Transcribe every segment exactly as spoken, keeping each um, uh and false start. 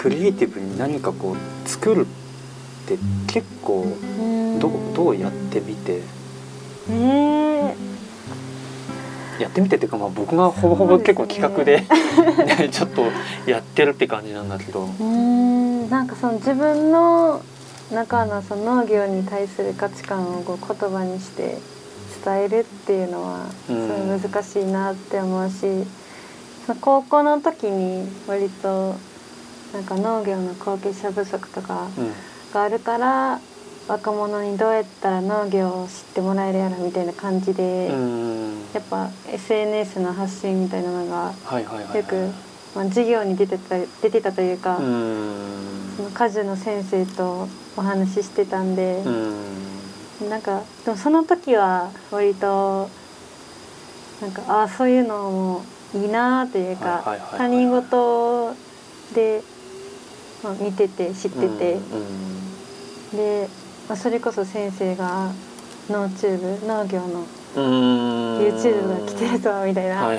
クリエイティブに何かこう作るって結構どう、どうやってみて、 えー、 やってみてっていうか、まあ僕がほぼほぼ結構企画で、ね、ちょっとやってるって感じなんだけど、 うーんなんかその自分の中のその農業に対する価値観をこう言葉にして伝えるっていうのはすごい難しいなって思うし、その高校の時に割となんか農業の後継者不足とかがあるから、うん、若者にどうやったら農業を知ってもらえるやろみたいな感じで、やっぱ エスエヌエス の発信みたいなのがよくまあ授業に出てた出てたというか、その果樹の先生とお話ししてたんで、なんかでもその時は割となんかああそういうのもいいなというか、他人事で、まあ、見てて知ってて、で、まあ、それこそ先生が農チューブ農業の YouTube が来てるぞみたいな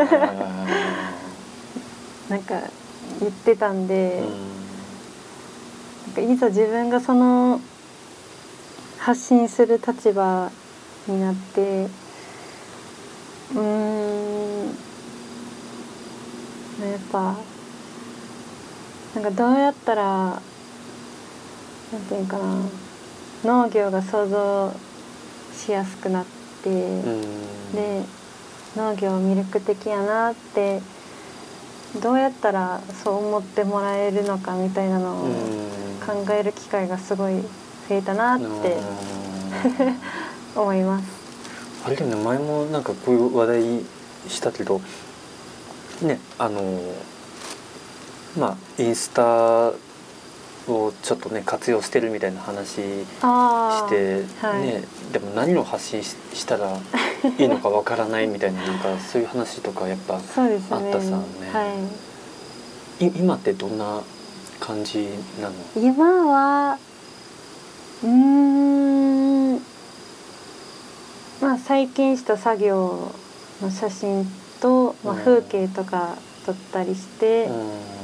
なんか言ってたんで、なんかいざ自分がその発信する立場になって、うーんやっぱなんかどうやったらなんていうかな、農業が想像しやすくなって、で農業魅力的やなってどうやったらそう思ってもらえるのかみたいなのを考える機会がすごい増えたなって思います。 あれだよね、前もなんかこういう話題したけどね、あのまあインスタをちょっとね活用してるみたいな話して、はいね、でも何を発信 し, したらいいのかわからないみたいな、なんかそういう話とかやっぱあったさね。はい、い今ってどんな感じなの？ 今はうーんまあ最近した作業の写真と、まあ、風景とか撮ったりして、うん、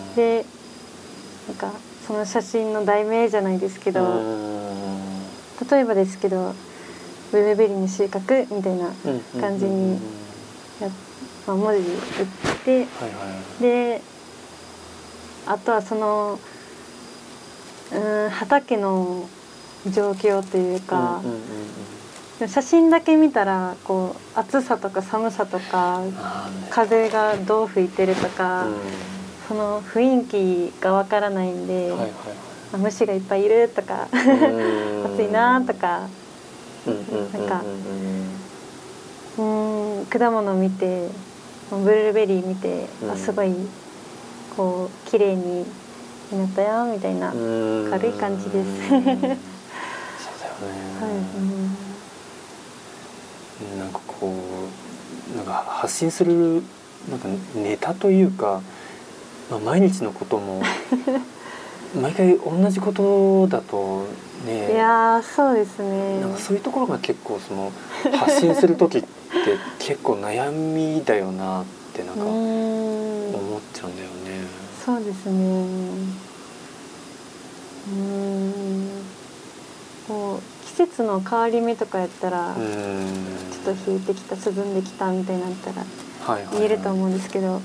でなんかその写真の題名じゃないですけど、例えばですけどブルーベリーの収穫みたいな感じにや、まあ、文字打って、はいはい、であとはそのうん畑の状況というか、うんうんうん、写真だけ見たらこう暑さとか寒さとか風がどう吹いてるとか、うん、その雰囲気がわからないんで、はいはいはい、虫がいっぱいいるとか暑いなとか、なんかうん果物を見てブルーベリー見て、うん、あすごいこう綺麗になったよみたいな軽い感じです。そうだよね。 はい、うん、なんかこうなんか発信するなんかネタというか、まあ、毎日のことも毎回同じことだとね、 いやそうですね、 なんかそういうところが結構その発信する時って結構悩みだよなってなんか思っちゃうんだよね。 そうですね。うーんこう季節の変わり目とかやったらちょっと冷えてきた涼んできたみたいになったら言えると思うんですけど、はいはいはい、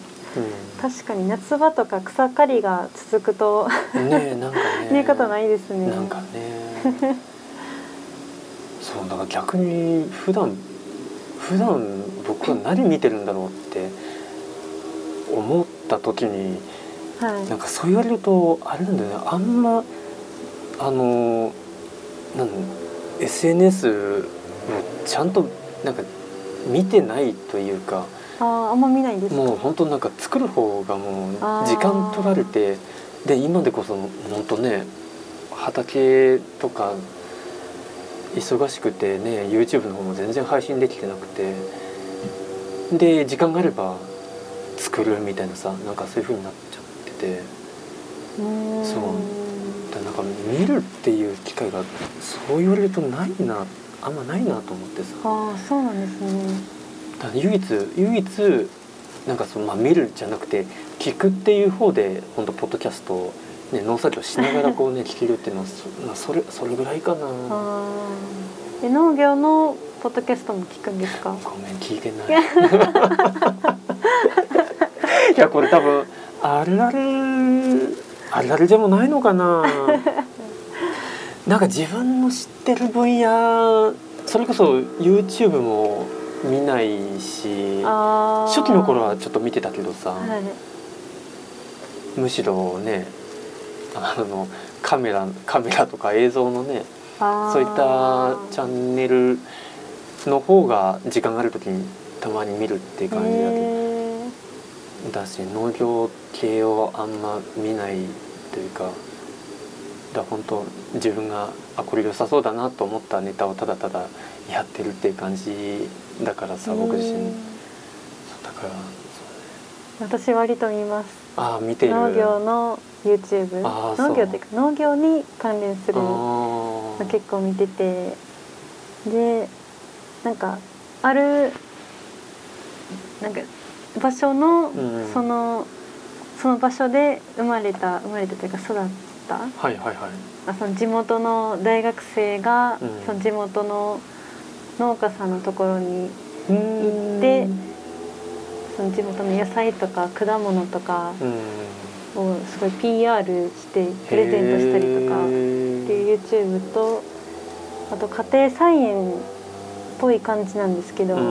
うん、確かに夏場とか草刈りが続くとねなんかね言うことないですね。 なんかねそうだから逆に普段普段僕は何見てるんだろうって思った時に、はい、なんかそう言われるとあれなんだよね、あんまあのなん エスエヌエス もちゃんとなんか見てないというか、 ああんま見ないんですか？ もう本当なんか作る方がもう時間取られて、で今でこそ本当ね畑とか忙しくてね YouTube の方も全然配信できてなくて、で時間があれば作るみたいなさ、なんかそういう風になっちゃってて、うーんそうだなんか見るっていう機会がそう言われるとないな、あんまないなと思ってさ。 ああそうなんですね。 だ唯一唯一なんかその、まあ、見るじゃなくて聞くっていう方で本当ポッドキャストね、農作業しながらこうね聞けるっていうのは そ, それそれぐらいかな。 あで農業のポッドキャストも聞くんですか？ ごめん聞いてない。いやこれ多分あるあるあるあるでもないのかな。なんか自分の知ってる分野、それこそ YouTube も見ないし、初期の頃はちょっと見てたけどさ、はい、むしろねあのカメラカメラとか映像のねそういったチャンネルの方が時間がある時にたまに見るっていう感じだけど、だし農業系をあんま見ないというか、だ本当自分があこれ良さそうだなと思ったネタをただただやってるっていう感じだからさ、僕自身だからそう、ね、 私割と見ます。 あ見てる農業の YouTube、 農業っていうか農業に関連するの結構見てて、でなんかあるなんか場所の、うん、そのその場所で生まれた生まれたというか育った、 はいはいはい、 あその地元の大学生が、うん、その地元の農家さんのところに行って、その地元の野菜とか果物とかをすごい ピーアール してプレゼントしたりとかっていう YouTube と、あと家庭菜園っぽい感じなんですけど、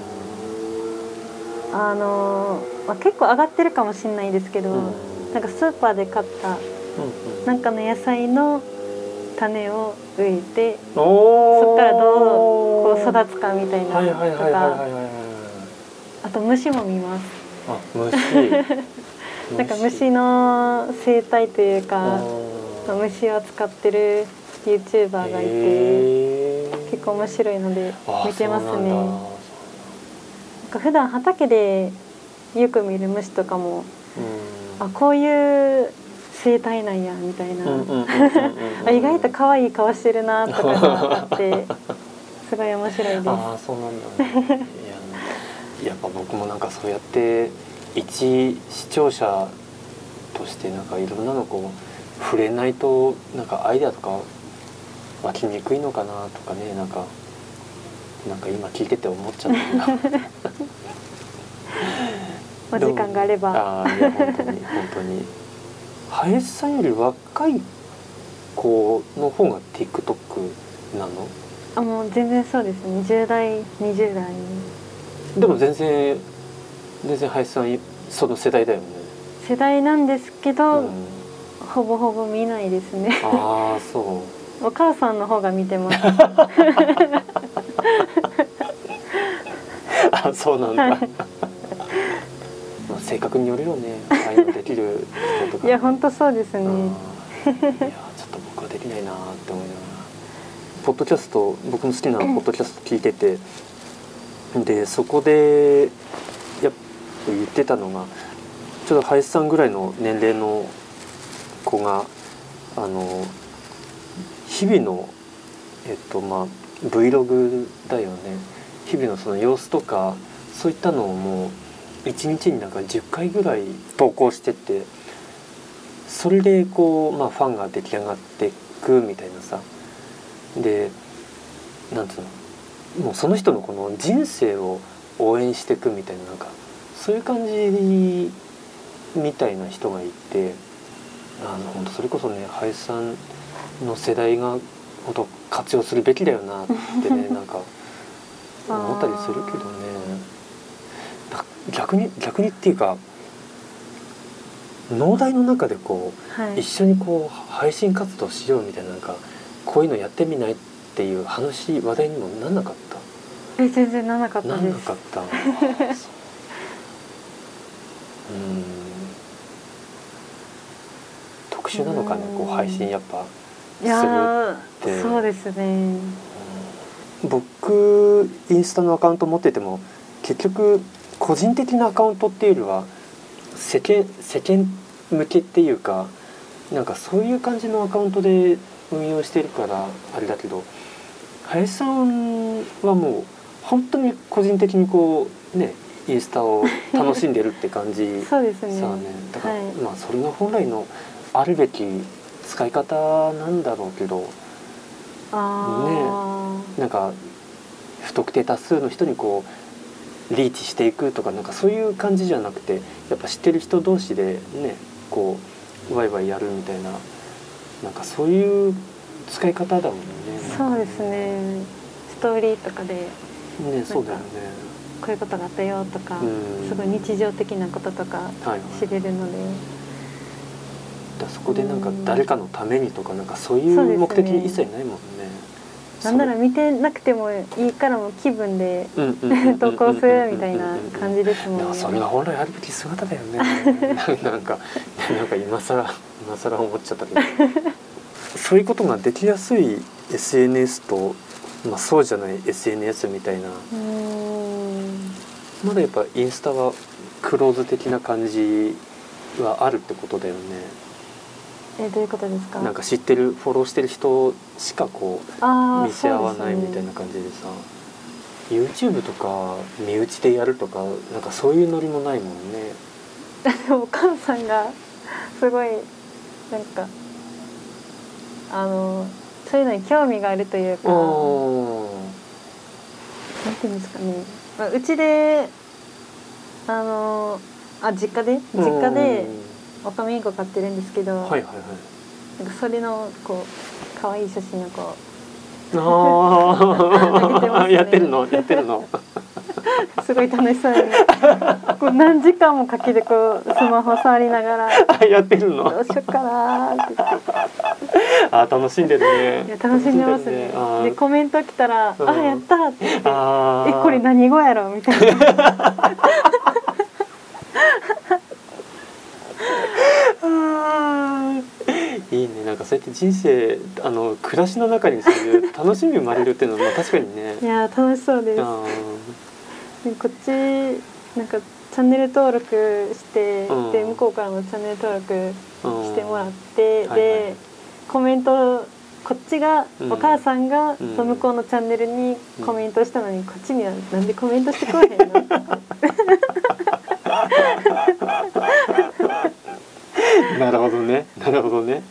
あの、まあ、結構上がってるかもしれないですけど、なんかスーパーで買ったなんかの野菜の種を植えて、そこからどうこう育つかみたいなとか、あと虫も見ます。 あ、虫なんか虫の生態というか虫を扱ってる YouTuber がいて結構面白いので見てますね。なんか普段畑でよく見る虫とかも、うん、あこういう生態なんやみたいな、意外と可愛い顔してるなとかがあってすごい面白いです。 あ、そうなんだ、ね、いや、やっぱ僕もなんかそうやって一視聴者としてなんかいろんなのこう触れないとなんかアイデアとか湧きにくいのかなとかね、なんかなんか今聞いてて思っちゃったな。 お時間があれば。 あ、いや本当に本当に林さんより若い子の方が TikTok なの？ あ、もう全然そうですね。じゅう代にじゅう代でも全然全然林さんその世代だよね。 世代なんですけど、うん、ほぼほぼ見ないですね。 ああ、そう。 お母さんの方が見てます。 あ、そうなんだ。まあ性格によるよね。ああいうのできる人とか、ね。 いや本当そうですね。いやちょっと僕はできないなって思いながら。ポッドキャスト、僕の好きなポッドキャスト聞いてて、でそこでやっぱ言ってたのが、ちょっと林さんぐらいの年齢の子があの日々のえっとまあ Vlog だよね。日々のその様子とかそういったのをもういちにちになんかじゅっかいぐらい投稿してて、それでこうまあファンが出来上がっていくみたいなさ。でなんつうの、もうその人のこの人生を応援していくみたいな、なんかそういう感じみたいな人がいて、あの本当それこそね林さんの世代が本当活用するべきだよなってねなんか思ったりするけどね。逆に逆にっていうか農大の中でこう、はい、一緒にこう配信活動しようみたいな、なんかこういうのやってみないっていう話話題にもなんなかった？ え全然ならなかったです。 なんなかった。うん特殊なのかね、こう配信やっぱするって。 そうですね。 僕インスタのアカウント持ってても結局個人的なアカウントっていうよりは世間世間向けっていうか、なんかそういう感じのアカウントで運用してるからあれだけど、林さんはもう本当に個人的にこうねインスタを楽しんでるって感じ。 そうですね。 さあね、だから、はい、まあそれが本来のあるべき使い方なんだろうけど、 あね、なんか不特定多数の人にこうリーチしていくとか、なんかそういう感じじゃなくて、やっぱ知ってる人同士でねこうワイワイやるみたいな、なんかそういう使い方だもんね。 そうですね。ストーリーとかでね、そうだよね。 こういうことがあったよとか、 うん、 すごい日常的なこととか知れるので、はいはい、 だそこでなんか誰かのためにとか、なんかそういう目的一切ないもんね。 なんなら見てなくてもいいからも気分で投稿するみたいな感じですもんね。 それが本来あるべき姿だよね。なんかなんか今更今更思っちゃったけどそういうことができやすい エスエヌエス と、まあ、そうじゃない エスエヌエス みたいな、 うーん、 まだやっぱインスタはクローズ的な感じはあるってことだよね。 え、どういうことですか？ なんか知ってるフォローしてる人しかこう見せ合わないみたいな感じでさ、で、ね、YouTube とか身内でやるとか、なんかそういうノリもないもんね。 でもお母さんがすごいなんかあのそういうのに興味があるというか、なんていうんですかね、まあ、うちであのあ実家で実家でオカメインコ飼ってるんですけど、はいはいはい、なんかそれのこう可愛い写真をこうああ、ね、やってるのやってるのすごい楽しそうにこう何時間もかけてこうスマホ触りながらやってるの、 どうしようかなって言ってあ、楽しんでるね。 いや楽しんでますね。でコメント来たら、うん、あ、やったーって言って、え、これ何語やろみたいないいね、なんかそうやって人生あの暮らしの中にそういう楽しみ生まれるっていうのは確かにね。 いや楽しそうです。こっちなんかチャンネル登録して、うん、で向こうからもチャンネル登録してもらって、うん、で、はいはい、コメントこっちが、うん、お母さんが、うん、その向こうのチャンネルにコメントしたのに、うん、こっちにはなんでコメントしてこえへんのなるほどね、なるほどね。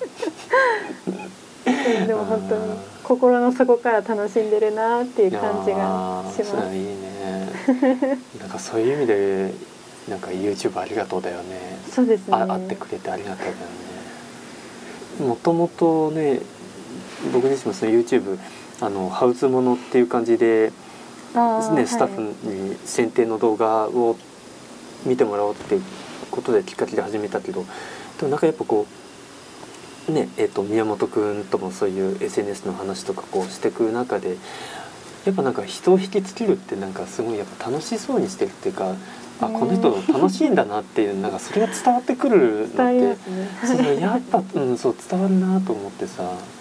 でも本当に心の底から楽しんでるなっていう感じがします。 いいね。なんかそういう意味でなんか YouTube ありがとうだよね。 そうですね。 あ、会ってくれてありがとうだよね。もともとね、僕自身もその YouTube あのハウツーものっていう感じで、ね、スタッフに選定の動画を見てもらおうっていうことできっかけで始めたけど、でもなんかやっぱこうねえー、と宮本くんともそういう エスエヌエス の話とかこうしていく中で、やっぱなんか人を引きつけるってなんかすごいやっぱ楽しそうにしてるっていうか、あ、この人楽しいんだなっていう、なんかそれが伝わってくるのって、ね、そのやっぱ、うん、そう伝わるなと思ってさ、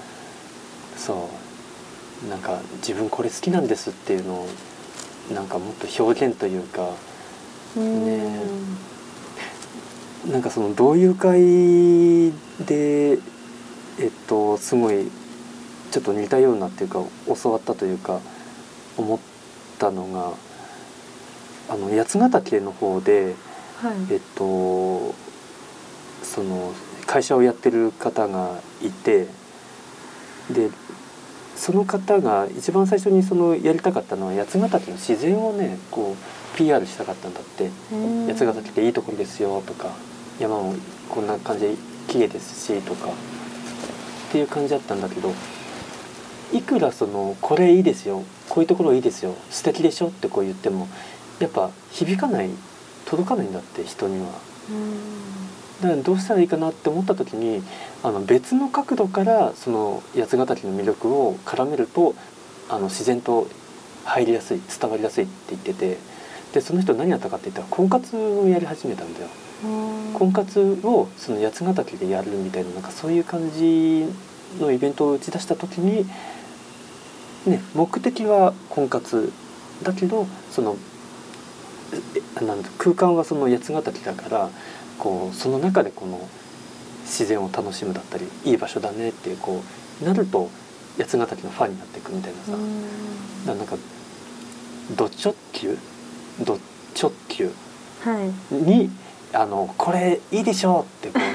そうなんか自分これ好きなんですっていうのをなんかもっと表現というかね、なんかその同友会でえっとすごいちょっと似たようなっていうか教わったというか思ったのが、あの八ヶ岳の方で、はい、えっとその会社をやってる方がいて、でその方が一番最初にそのやりたかったのは八ヶ岳の自然をねこう ピーアール したかったんだって。八ヶ岳っていいところですよとか、山もこんな感じで綺麗ですしとかっていう感じだったんだけど、いくらそのこれいいですよ、こういうところいいですよ、素敵でしょってこう言ってもやっぱ響かない、届かないんだって人には。だからどうしたらいいかなって思った時に、あの別の角度からその八ヶ岳の魅力を絡めるとあの自然と入りやすい、伝わりやすいって言ってて、でその人何やったかって言ったら婚活をやり始めたんだよ。婚活をその八ヶ岳でやるみたいな、なんかそういう感じのイベントを打ち出した時に、ね、目的は婚活だけどそのなん空間はその八ヶ岳だからこうその中でこの自然を楽しむだったりいい場所だねっていうこうなると八ヶ岳のファンになっていくみたいなさ、だからなんかド直球ド直球に、はい、あのこれいいでしょってこうね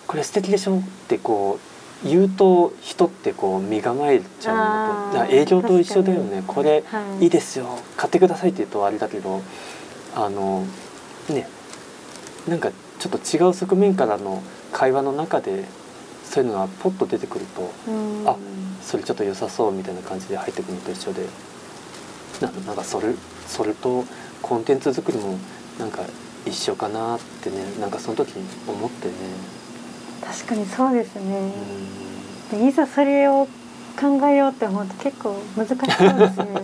これ素敵でしょってこう言うと人ってこう身構えちゃうのと、だから営業と一緒だよね。これいいですよ、買ってくださいって言うとあれだけど、あのね、なんかちょっと違う側面からの会話の中でそういうのがポッと出てくると、あ、それちょっと良さそうみたいな感じで入ってくるのと一緒で、ななんかそれそれとコンテンツ作りもなんか一緒かなってね、なんかその時に思ってね。 確かにそうですね。でいざそれを考えようって思うと結構難しそうですね。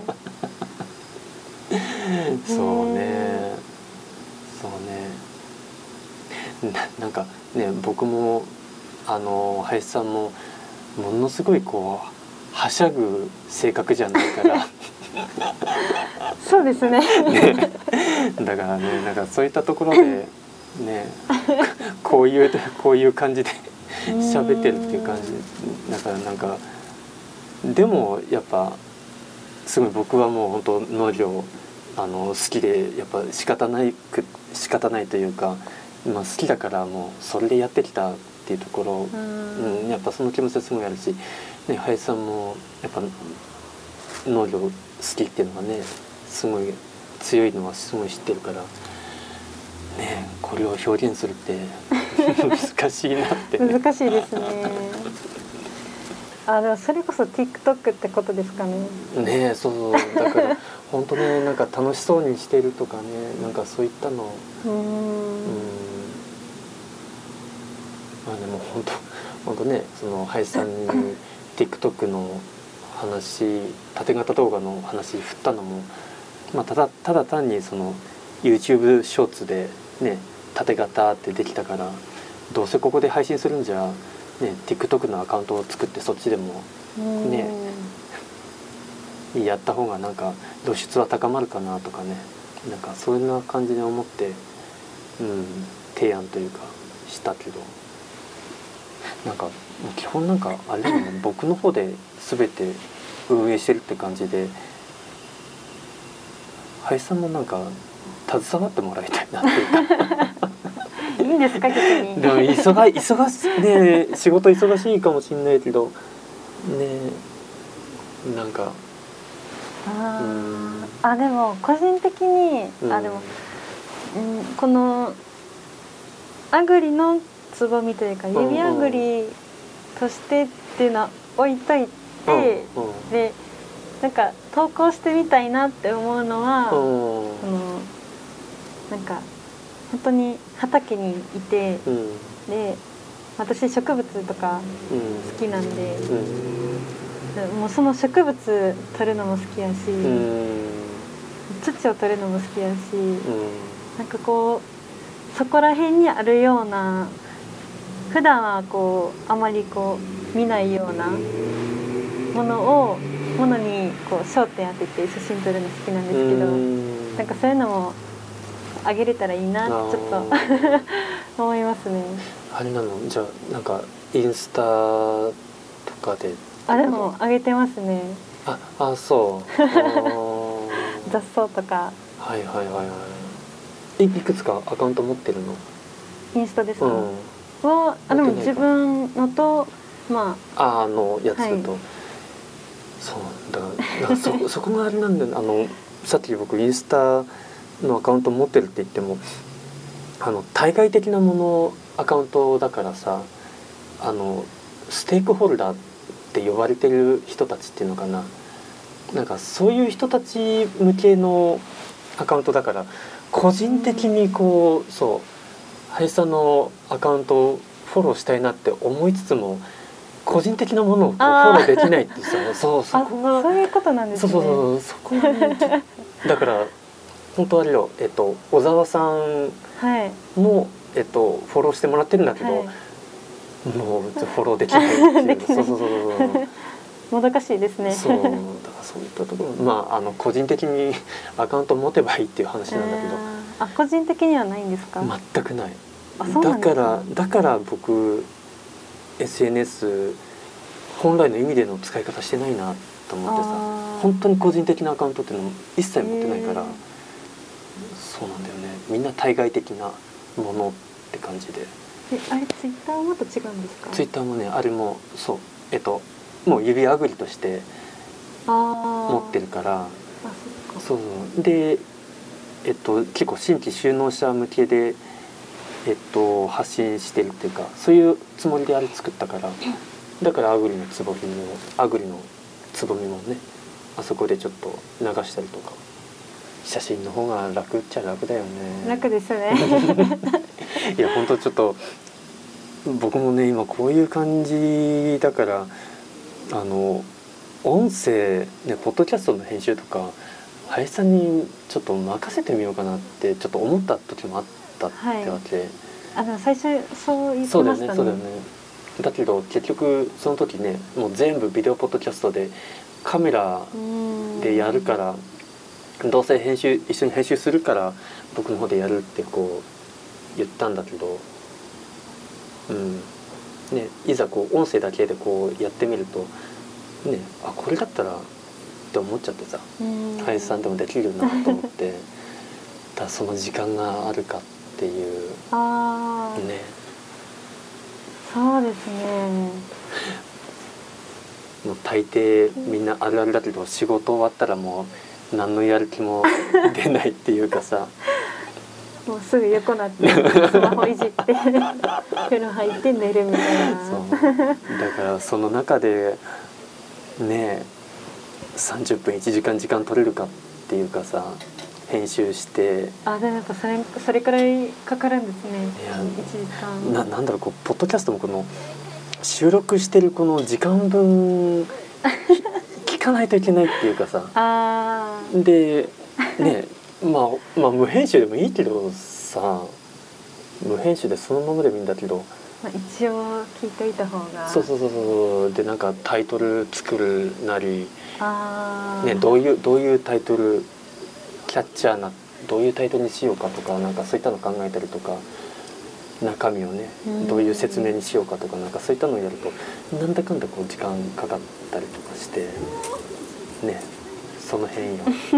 そうね、そうね。な, なんかね、僕もあの林さんもものすごいこうはしゃぐ性格じゃないからそうですね。 ね、だからね、なんかそういったところでねこういうこういう感じで喋ってるっていう感じだから、なんかでもやっぱすごい僕はもう本当農業あの好きで、やっぱ仕方ないく仕方ないというか、まあ、好きだからもうそれでやってきたっていうところ、うん、やっぱその気持ちはすごいあるし、ね、林さんもやっぱ農業好きっていうのがねすごい強いのはすごい知ってるから、ね、これを表現するって難しいなってね。 難しいですね。あ、でもそれこそ TikTok ってことですかね。 ね、そうそう、だから本当ね、なんか楽しそうにしてるとかね、なんかそういったの、うーん、うん、まあでも本当本当ね、その林さんに TikTok の話、縦型動画の話振ったのも、まあ、ただただ単にその YouTube ショーツでね縦型ってできたから、どうせここで配信するんじゃね、TikTok のアカウントを作ってそっちでもねやった方がなんか露出は高まるかなとかね、なんかそんな感じで思って、うん、提案というかしたけど、なんか基本なんかあれだよね僕の方で全て運営してるって感じで、林さんもなんか携わってもらいたいなっていうかいいんですか逆に。 でも忙忙しいね、仕事忙しいかもしれないけどね、なんかあ、 うん、 あ、でも個人的に、 うん、 あ、でも、うん、このアグリのつぼみというか指アグリとしてっていうのは置いといて、うんうん、でなんか投稿してみたいなって思うのは、うん、そのなんか本当に畑にいて、うん、で私植物とか好きなんで、うん、もうその植物取るのも好きやし、うん、土を取るのも好きやし、うん、なんかこうそこら辺にあるような普段はこうあまりこう見ないようなものをものにこう焦点当てて写真撮るの好きなんですけど、うん、なんかそういうのもあげれたらいいなちょっと思いますね。 あれなの、じゃあなんかインスタとかで。 あ、でもあげてますね。 ああ、そう雑草とか。 はいはいはいはい。い, いくつかアカウント持ってるの？ インスタですか？うん、はあ、でも自分のとまあああのやつと、はい、そうだからだそ, そこがあれなんだよ、あのさっき僕インスタのアカウント持ってるって言っても、あの対外的なものアカウントだからさ、あのステークホルダーって呼ばれてる人たちっていうのかな、なんかそういう人たち向けのアカウントだから、個人的にこう、そう林さんのアカウントをフォローしたいなって思いつつも、個人的なものをこうフォローできないってさ、そうそこがそういうことなんですね。 そうそうそうそこが、ね、だから本当あれよ、えっと小沢さんも、はい、えっとフォローしてもらってるんだけど、はい、もうフォローできないっていう。そうそうそうそうもどかしいですね。 そうだからそういったところ、まああの個人的にアカウント持てばいいっていう話なんだけど、 あ、個人的にはないんですか？ 全くない。 あ、そうなんですか？ だからだから僕 エスエヌエス 本来の意味での使い方してないなと思ってさ、本当に個人的なアカウントっていうのも一切持ってないから、そうなんだよね。みんな対外的なものって感じで。 えあれツイッターはまた違うんですか？ ツイッターもねあれもそうえっともう指あぐりとして持ってるから、あそっかそうそうでえっと結構新規就農者向けでえっと発信してるっていうかそういうつもりであれ作ったから、だからあぐりのつぼみもあぐりのつぼみもねあそこでちょっと流したりとか。写真の方が楽っちゃ楽だよね。 楽ですねいや本当ちょっと僕もね今こういう感じだからあの音声ねポッドキャストの編集とか林さんにちょっと任せてみようかなってちょっと思った時もあったってわけ、はい、 あの最初そう言ってましたね。 そうだよねそうだよね。だけど結局その時ねもう全部ビデオポッドキャストでカメラでやるからどうせ編集一緒に編集するから僕の方でやるってこう言ったんだけど、うんね、いざこう音声だけでこうやってみるとねあこれだったらって思っちゃってさ林さんでもできるなと思ってだその時間があるかっていうあねそうですねもう大抵みんなあるあるだけど仕事終わったらもう何のやる気も出ないっていうかさもうすぐ横なってスマホいじって風呂入って寝るみたいなそうだからその中でねさんじゅっぷんいちじかん時間取れるかっていうかさ編集してあでもやっぱそれそれくらいかかるんですね。 いやいちじかんな, なんだろうこうポッドキャストもこの収録してるこの時間分聞かないといけないっていうかさあでねまあまあ無編集でもいいけどさ無編集でそのままでもいいんだけど、 まあ、一応聞いといた方がそうそうそうそうでなんかタイトル作るなり、 あ、 ね、どういうどういうタイトルキャッチャーなどういうタイトルにしようかとかなんかそういったの考えたりとか中身をねどういう説明にしようかとかなんかそういったのをやるとなんだかんだこう時間かかったりとかしてねその辺よ。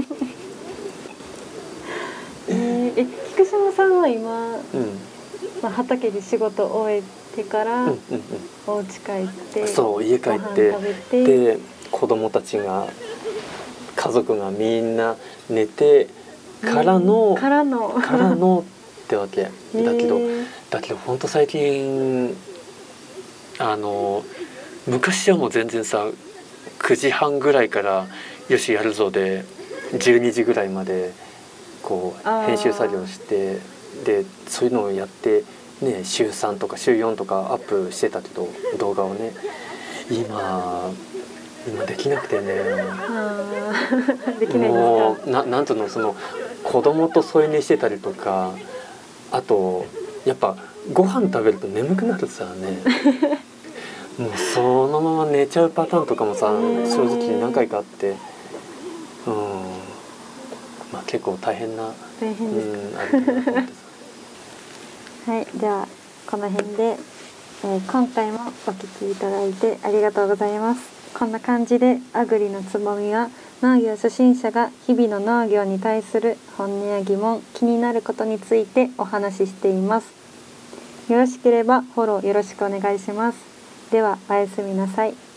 えー、え菊島さんは今、 うんまあ、畑で仕事を終えてから、うんうんうん、お家帰ってそう家帰ってで子供たちが家族がみんな寝てからの、 うん、からのからのってわけだけど、だけど本当最近あの昔はもう全然さくじはんぐらいからよしやるぞでじゅうにじぐらいまでこう編集作業してでそういうのをやってね週さんとか週よんとかアップしてたけど動画をね今今できなくてねできないですか。 もうななんていうのその子供と添い寝してたりとかあとやっぱご飯食べると眠くなるさねもうそのまま寝ちゃうパターンとかもさ正直何回かあってうんまあ結構大変な大変ですか、 うん、あるかなと思ってさはいではこの辺で、えー、今回もお聞きいただいてありがとうございます。こんな感じであぐりのつぼみは農業初心者が日々の農業に対する本音や疑問気になることについてお話ししています。よろしければフォローよろしくお願いします。ではおやすみなさい。